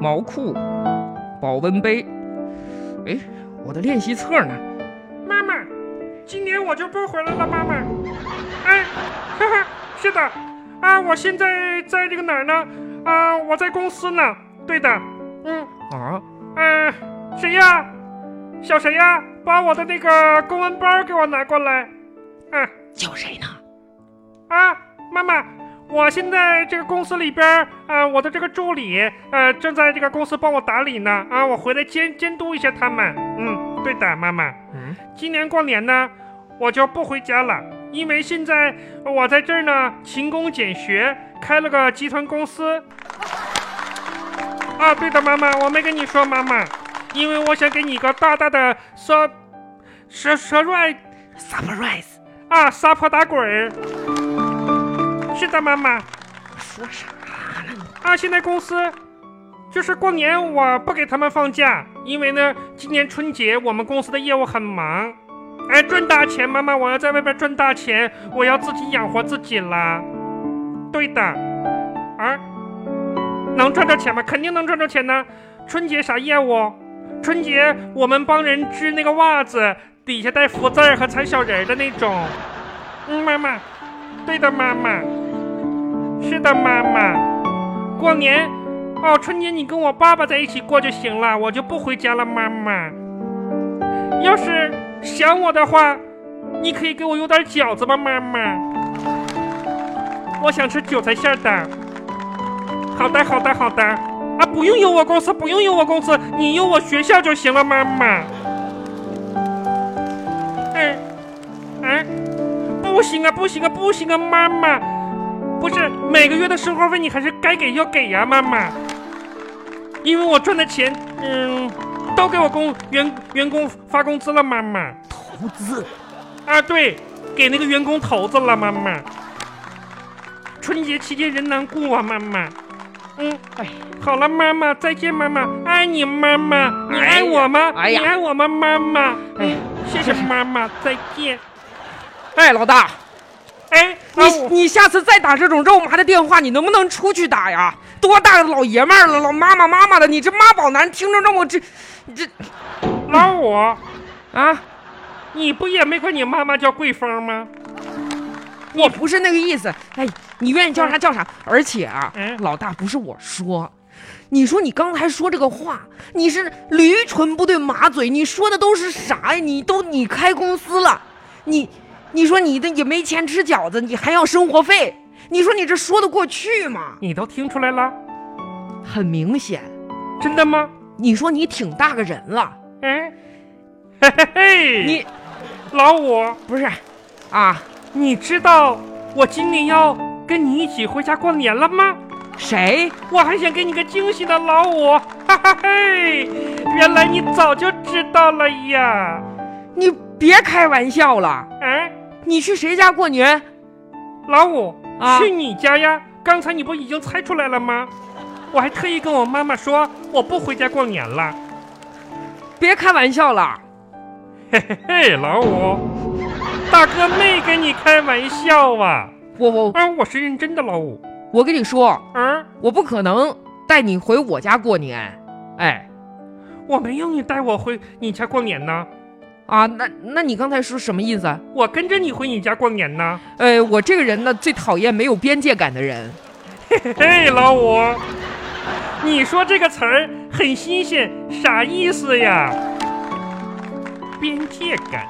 毛裤、保温杯。哎，我的练习册呢？ 妈妈，今年我就不回来了，妈妈。哎，哈哈，是的，啊，我现在在这个哪儿呢？啊，我在公司呢。对的，谁呀？小谁呀？把我的那个公文包给我拿过来。 叫谁呢？ 啊，妈妈，我现在这个公司里边，我的这个助理，正在这个公司帮我打理呢。啊，我回来监督一下他们。对的，妈妈。今年过年呢，我就不回家了，因为现在我在这儿呢，勤工俭学，开了个集团公司。啊，对的，妈妈，我没跟你说，妈妈，因为我想给你一个大大的surprise 啊，撒泼打滚。是的，妈妈。 说啥呢？ 啊，现在公司就是过年我不给他们放假，因为呢，今年春节我们公司的业务很忙。哎，赚大钱，妈妈，我要在外边赚大钱，我要自己养活自己啦。对的。啊，能赚着钱吗？肯定能赚着钱呢。春节啥业务？春节我们帮人织那个袜子，底下带福字和踩小人的那种。妈妈。对的，妈妈。是的，妈妈。过年春节你跟我爸爸在一起过就行了，我就不回家了，妈妈。要是想我的话，你可以给我邮点饺子吧，妈妈。我想吃韭菜馅的。好的，好的，好的。啊，不用邮我公司，不用邮我公司，你邮我学校就行了，妈妈。不行啊，不行啊，不行啊，妈妈。不是每个月的生活费你还是该给要给呀，妈妈。因为我赚的钱，都给我员工发工资了，妈妈。 投资？ 啊，对，给那个员工投资了，妈妈。春节期间人难过啊，妈妈。好了，妈妈，再见，妈妈，爱你，妈妈。你爱我吗？你爱我吗，妈妈？谢谢妈妈，再见。 老大，你下次再打这种肉麻的电话，你能不能出去打呀？多大的老爷们儿了，老妈妈的，你这妈宝男听着让我这老五啊，你不也没管你妈妈叫桂芳吗？ 我不是那个意思。你愿意叫啥叫啥。而且老大不是我说，你说你刚才说这个话，你是驴唇不对马嘴，你说的都是啥呀？你开公司了，你说你的也没钱吃饺子，你还要生活费，你说你这说得过去吗？ 你都听出来了？ 很明显。 真的吗？ 你说你挺大个人了。你老五不是啊？ 你知道我今年要跟你一起回家过年了吗？ 谁？ 我还想给你个惊喜的，老五。原来你早就知道了呀。 你别开玩笑了。你去谁家过年？ 老五去你家呀。刚才你不已经猜出来了吗？我还特意跟我妈妈说我不回家过年了。 别开玩笑了。 老五，大哥没跟你开玩笑啊。我是认真的，老五。 我跟你说，我不可能带你回我家过年。 我没有你带我回你家过年呢。 那你刚才说什么意思？ 我跟着你回你家过年呢。 我这个人呢，最讨厌没有边界感的人。 老五，你说这个词儿很新鲜，啥意思呀？边界感。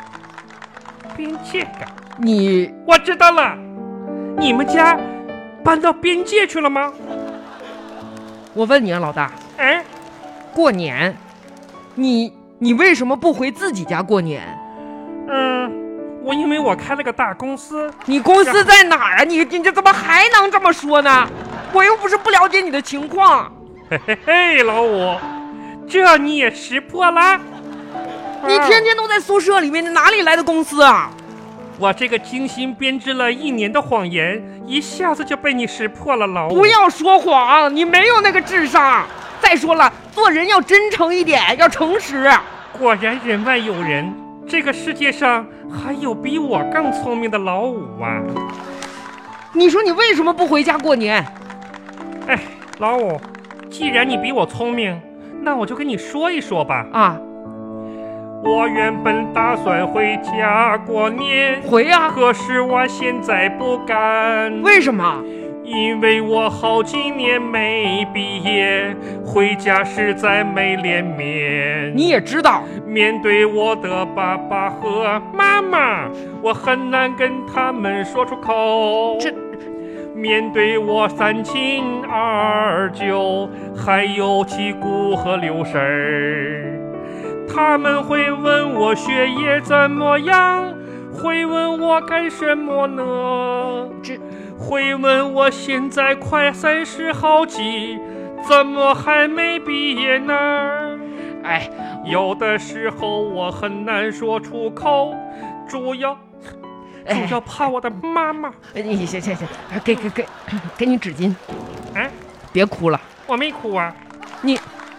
我知道了，你们家搬到边界去了吗？ 我问你啊，老大，过年你为什么不回自己家过年？ 因为我开了个大公司。 你公司在哪儿啊？你这怎么还能这么说呢？我又不是不了解你的情况。 老五，这你也识破了？ 你天天都在宿舍里面，你哪里来的公司啊？ 我这个精心编织了1年的谎言，一下子就被你识破了，老五。 不要说谎，你没有那个智商。再说了，做人要真诚一点，要诚实。 果然人外有人，这个世界上还有比我更聪明的老五啊。 你说你为什么不回家过年？ 老五， 既然你比我聪明，那我就跟你说一说吧。 啊， 我原本打算回家过年， 回呀。 可是我现在不敢。 为什么？ 因为我好几年没毕业，回家实在没脸面。 你也知道， 面对我的爸爸和妈妈，我很难跟他们说出口。面对我3亲2舅，还有7姑和6婶儿，他们会问我学业怎么样，会问我干什么呢？会问我现在快30好几，怎么还没毕业呢？ 哎， 有的时候我很难说出口，主要怕我的妈妈。 你行，给你纸巾。 哎， 别哭了。 我没哭啊。 你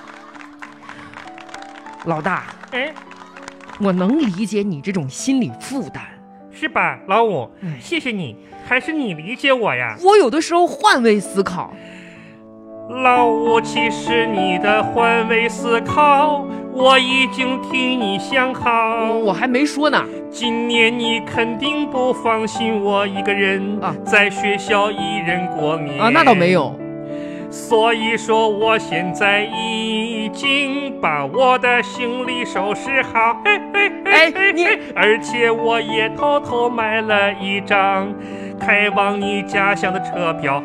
老大，我能理解你这种心理负担， 是吧，老五？谢谢你，还是你理解我呀。 我有的时候换位思考。 老五，其实你的换位思考我已经替你想好。 我还没说呢。 今年你肯定不放心我一个人在学校一人过年啊，那倒没有。 所以说我现在已经把我的行李收拾好， 你而且我也偷偷买了一张开往你家乡的车票。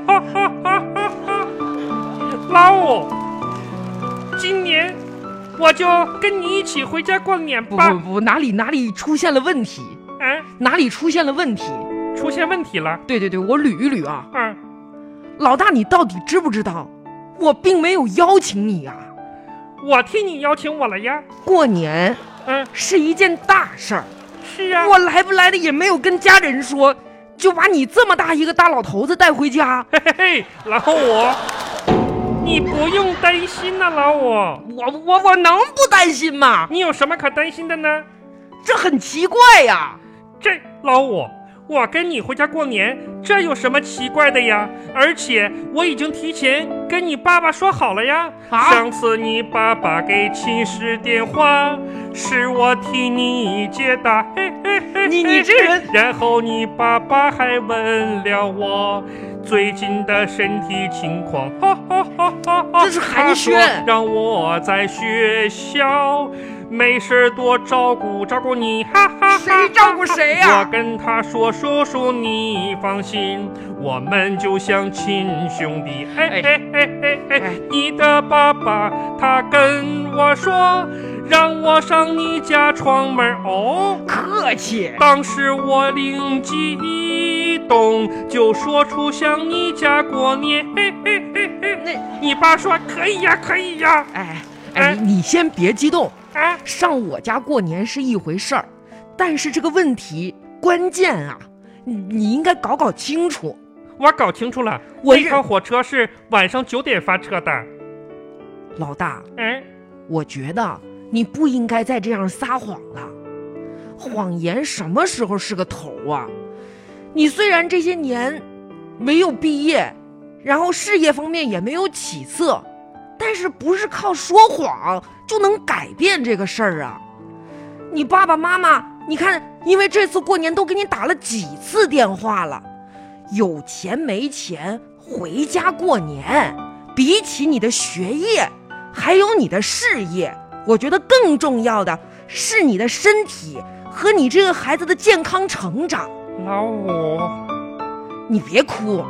老五，今年我就跟你一起回家过年吧。 不，哪里出现了问题？哪里出现了问题？ 出现问题了？ 对，我捋一捋啊。老大，你到底知不知道，我并没有邀请你啊？ 我替你邀请我了呀。 过年，是一件大事儿。 是啊。 我来不来的也没有跟家人说，就把你这么大一个大老头子带回家。 老五，你不用担心呐，老五。 我能不担心吗？ 你有什么可担心的呢？ 这很奇怪呀。 老五，我跟你回家过年，这有什么奇怪的呀？而且我已经提前跟你爸爸说好了呀。上次你爸爸给寝室电话，是我替你接的。 你这人。 然后你爸爸还问了我最近的身体情况， 这是寒暄， 让我在学校没事多照顾照顾你。 谁照顾谁呀？ 我跟他说，叔叔你放心，我们就像亲兄弟。你的爸爸他跟我说，让我上你家窗门。 客气。 当时我灵机一动，就说出向你家过年。你爸说可以呀，可以呀。 你先别激动。上我家过年是一回事儿，但是这个问题关键啊，你应该搞清楚。 我搞清楚了，那趟火车是晚上9点发车的。 老大，我觉得你不应该再这样撒谎了。谎言什么时候是个头啊？你虽然这些年没有毕业，然后事业方面也没有起色，但是不是靠说谎就能改变这个事儿啊？你爸爸妈妈，你看，因为这次过年都给你打了几次电话了，有钱没钱回家过年，比起你的学业还有你的事业，我觉得更重要的是你的身体和你这个孩子的健康成长。 老五， 你别哭。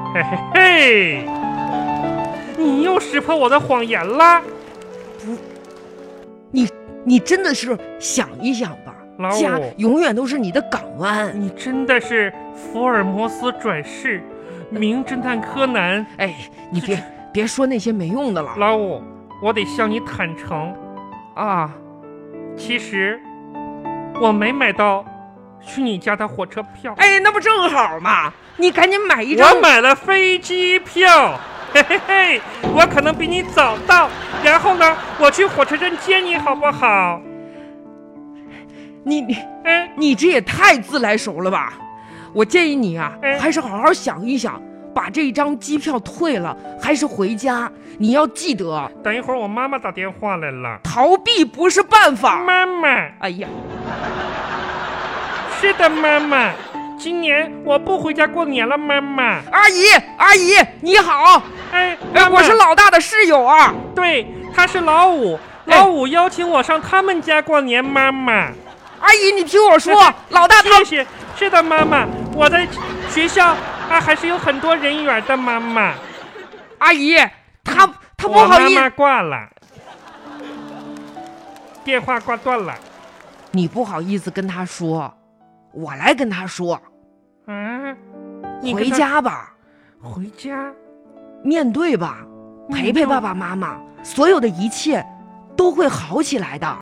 你又识破我的谎言了。 不，你真的是想一想吧，家永远都是你的港湾。 你真的是福尔摩斯转世，名侦探柯南。 你别说那些没用的了。 老五，我得向你坦诚啊， 其实我没买到去你家的火车票。 那不正好吗？你赶紧买一张。 我买了飞机票。我可能比你早到，然后呢，我去火车站接你，好不好？ 你这也太自来熟了吧！我建议你啊，还是好好想一想， 把这张机票退了，还是回家？你要记得， 等一会儿我妈妈打电话来了。 逃避不是办法。 妈妈， 哎呀， 是的，妈妈，今年我不回家过年了，妈妈。 阿姨，你好。 哎， 我是老大的室友啊。 对，他是老五，老五邀请我上他们家过年，妈妈。 阿姨，你听我说，老大他…… 谢谢。是的，妈妈，我在学校还是有很多人缘的，妈妈。 阿姨，他不好意思。 我妈妈挂了，电话挂断了。 你不好意思跟他说，我来跟他说。 啊， 回家吧， 回家， 面对吧，陪陪爸爸妈妈，所有的一切都会好起来的。